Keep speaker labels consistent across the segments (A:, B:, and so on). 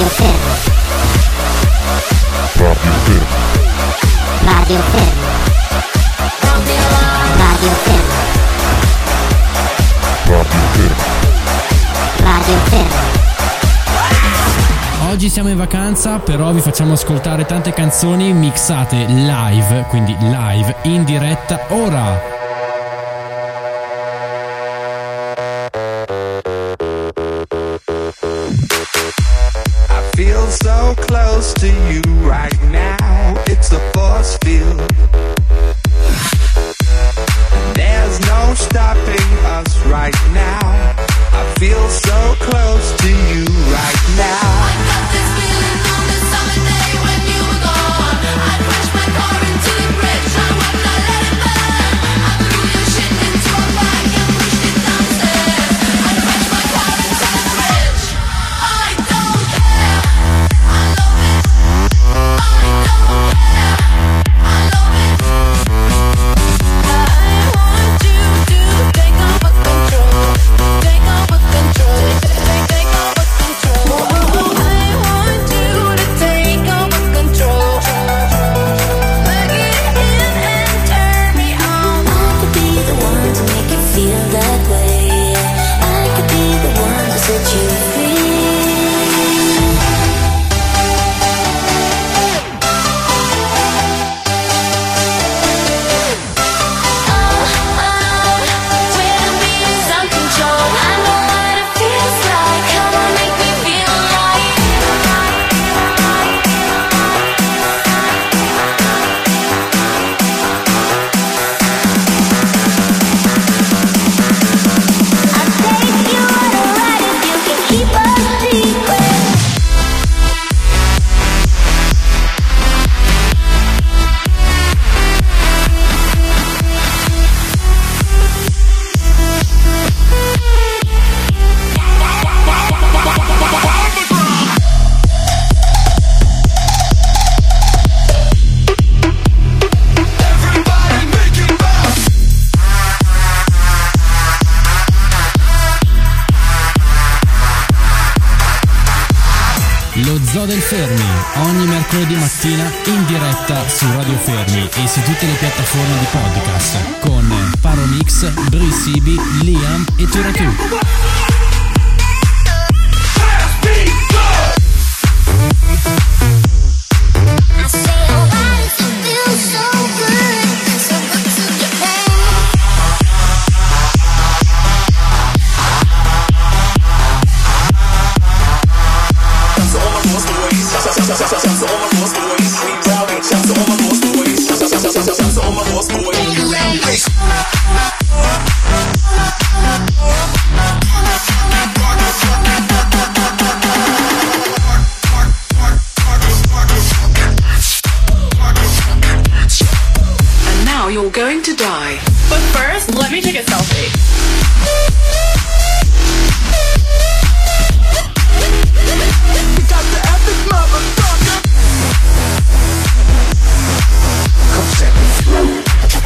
A: Fermo. Radio Fermo. Radio Fermo. Radio Fermo.
B: Oggi siamo in vacanza, però vi facciamo ascoltare tante canzoni mixate live, quindi live, in diretta, ora.
C: I feel so close to you right now. It's a force field. There's no stopping us right now. I feel so close to you right now.
D: I got this feeling on the summer day when you were gone. I crashed my car into the bridge. I would not let it burn. I threw your shit into a bag and pushed it downstairs. I crashed my car into the bridge. I don't care. I love it. I don't care. I love it. I want you to take over control. Take over control. Take over control. I want you to take over control. Plug it in and turn me on. I could be the one to make you feel that way. I could be the one to set you free.
B: Lo Zoo del Fermi, ogni mercoledì mattina in diretta su Radio Fermi e su tutte le piattaforme di podcast con Paromix, Brisibi, Liam e Turatu.
E: You're going to die. But first, let me take a selfie.
C: We got the epic motherfucker. Come set me free.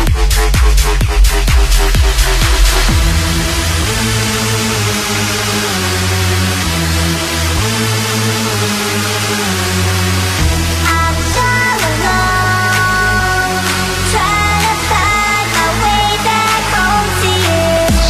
D: I'm so alone, trying to find my way back home to you.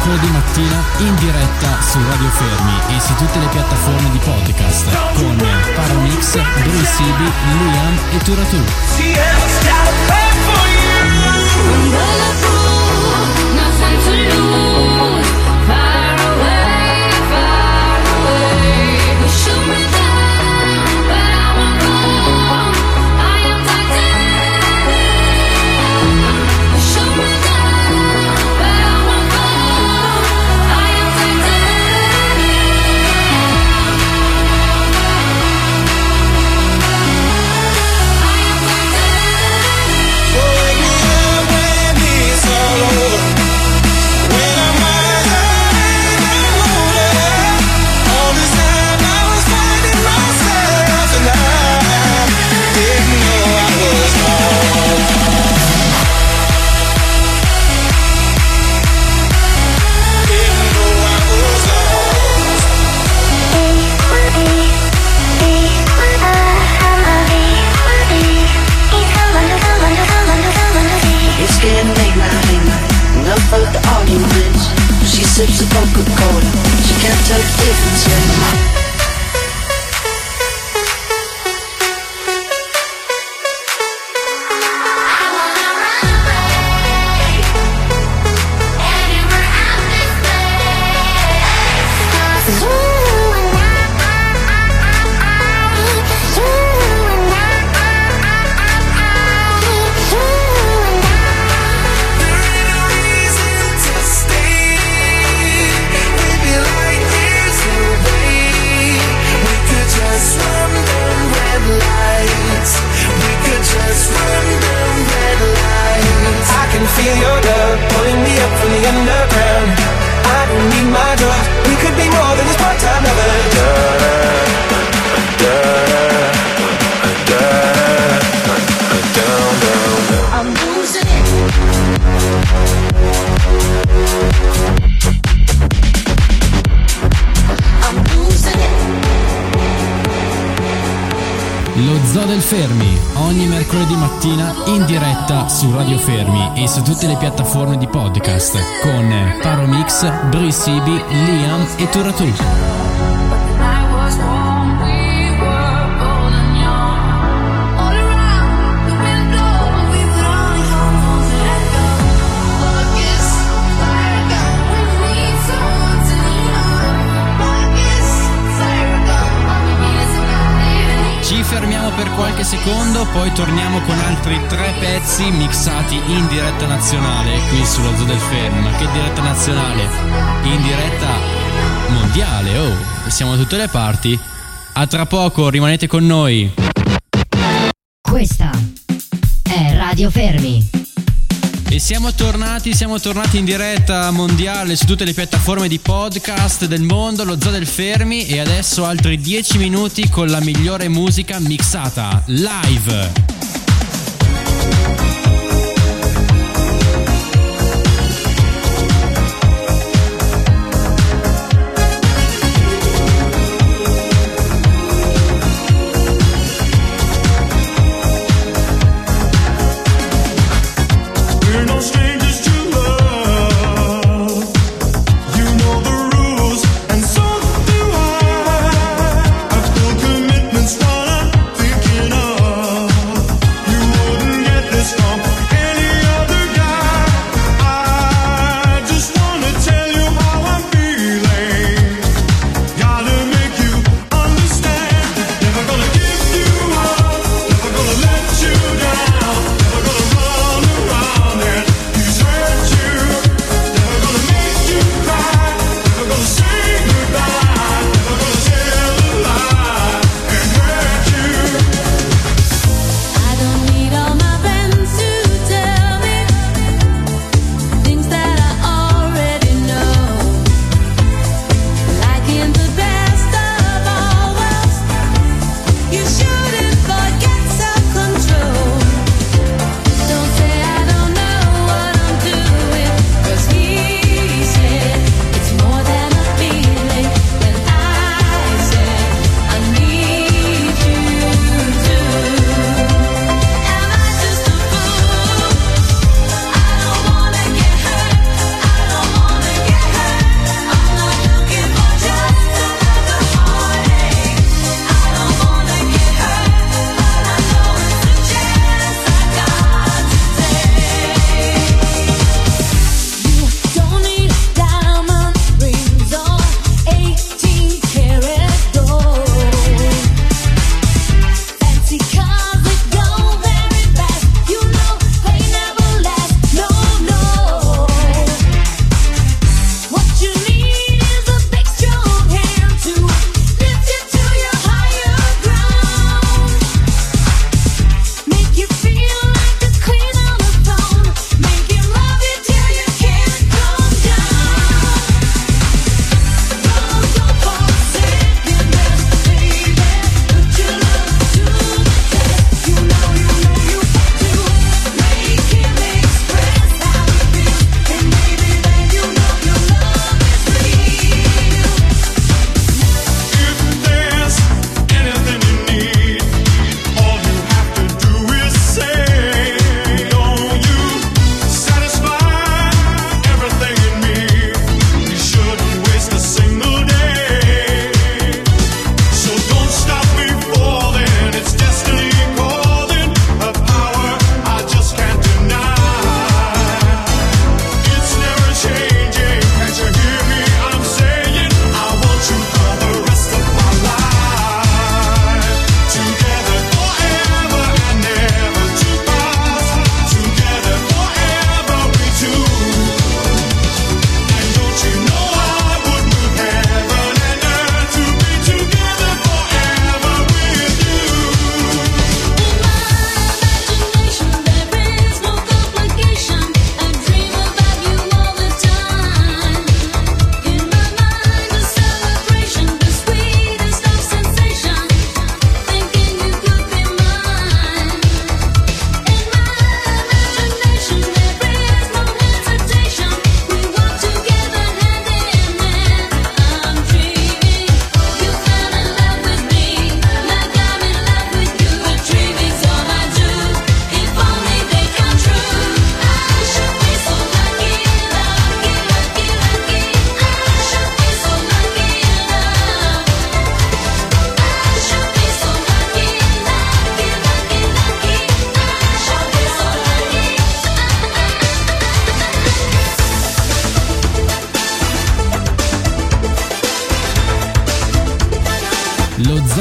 B: mercoledì mattina in diretta su Radio Fermi e su tutte le piattaforme di podcast con Paramix, Bruce, Liam e Turatu.
D: Nothing to lose, far away, shoot me down, but I won't go. I am Titanic. Shoot me down, but I won't go. I am Titanic.
A: It's getting late now, enough of the arguments. She sips the Coca-Cola, she can't tell the difference yet.
F: Feel your love pulling me up from the underground. I don't need my drugs. We could be more than just part-time lovers.
A: I'm losing it. I'm losing it.
B: Lo Zoo del Fermi, ogni mercoledì mattina in diretta su Radio Fermi e su tutte le piattaforme di podcast con Paramix, Bruce, Liam e Turatu. Ci fermiamo per qualche secondo, poi torniamo con altri 3 pezzi mixati in diretta nazionale qui sullo Zoo del Fermi. Ma che diretta nazionale? In diretta mondiale, oh! Siamo da tutte le parti. A tra poco, rimanete con noi.
G: Questa è Radio Fermi.
B: E siamo tornati in diretta mondiale su tutte le piattaforme di podcast del mondo, lo Zoo del Fermi, e adesso altri 10 minuti con la migliore musica mixata live.
H: This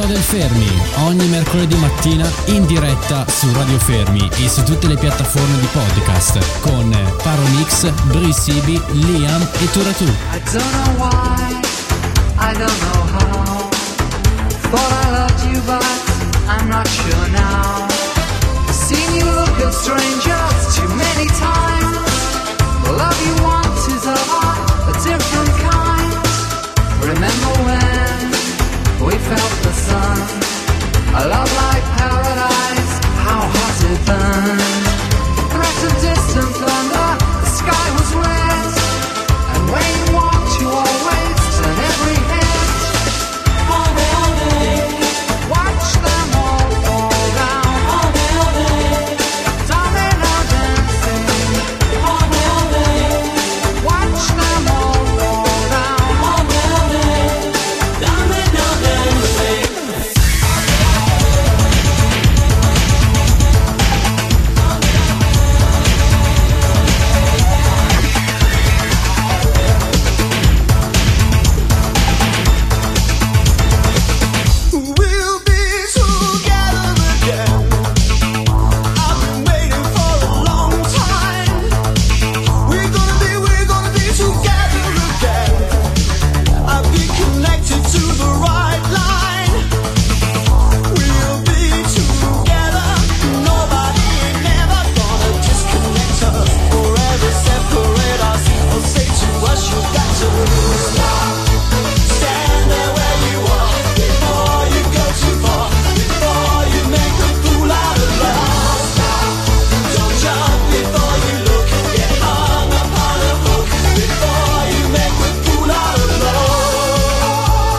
B: del Fermi, ogni mercoledì mattina in diretta su Radio Fermi e su tutte le piattaforme di podcast con Paromix, Brisibi, Liam e Turatu.
H: I don't know why, I don't know how. Thought I loved you but I'm not sure now. I've seen you look at strangers too many times. The love you want is a different kind. Remember when we felt the sun, a love like paradise, how hot it burned. Threat of distant thunder, the sky was red, and when you walked you always turn every head. All day, watch them all fall down. All day, domino dancing. All day, watch them all fall down. All day, domino dancing.
F: We'll be together again. I've been waiting for a long time. We're gonna be together again. I'll be connected to the right line. We'll be together. Nobody ain't never gonna disconnect us or ever separate us or say to us you got to stop. Stand there where you are before you go too far, before you make a fool out of love. Stop. Don't jump before you look, get hung upon a hook before you make a fool out of love.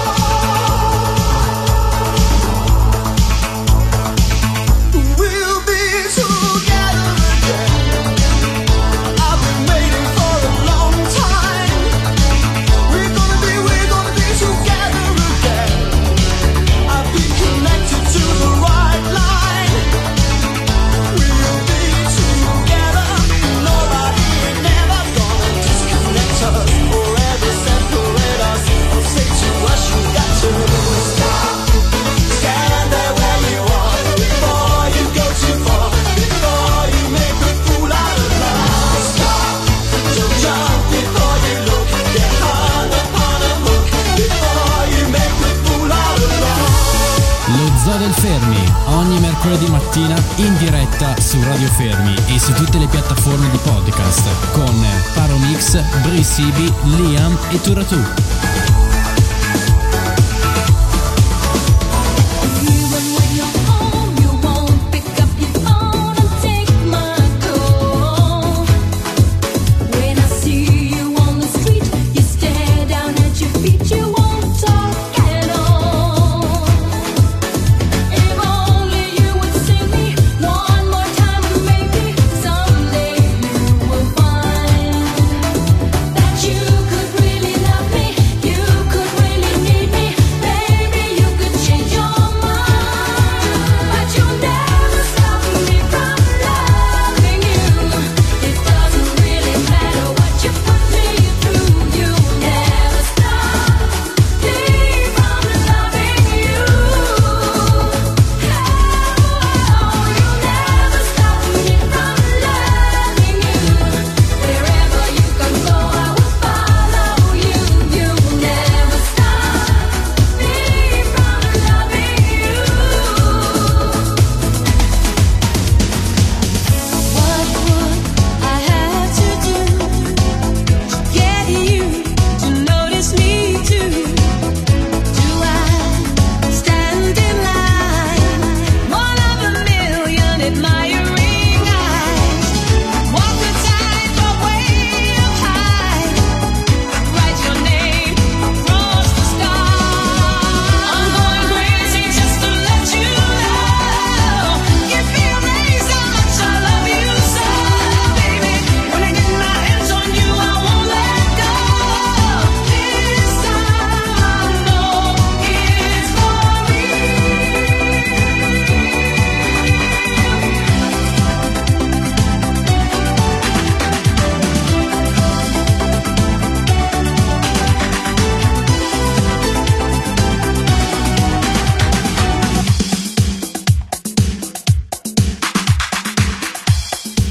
F: We'll be together again. I've been waiting for a long time. We're gonna be together again. I'll be connected to the right line. We'll be together. Nobody ain't never gonna disconnect us or ever separate us or say to us you got to stop. Stand there where you are before you go too far, before you make a fool out of love. Stop. Don't jump before you look, get hung upon a hook before you make a fool out of love.
B: Lo Zoo del Fermi, ogni mercoledì mattina in diretta su Radio Fermi e su tutte le piattaforme di podcast con Paromix, Brisibi, Liam e Turatu.
D: Even when you're home, you won't pick up your phone and take my call. When I see you on the street, you stare down at your feet, you won't talk at all. If only you would see me one more time, and maybe someday you will find that you could really love me. You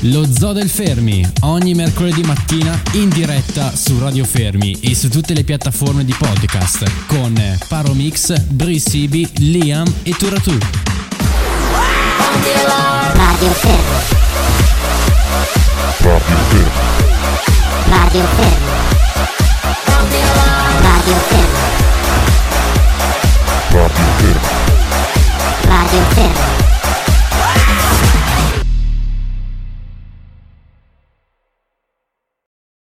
B: Lo Zoo del Fermi, ogni mercoledì mattina in diretta su Radio Fermi e su tutte le piattaforme di podcast con Paromix, Brisibi, Liam e Turatu.
G: Radio Fermi. Radio Fermi. Radio Fermi. Radio Fermi.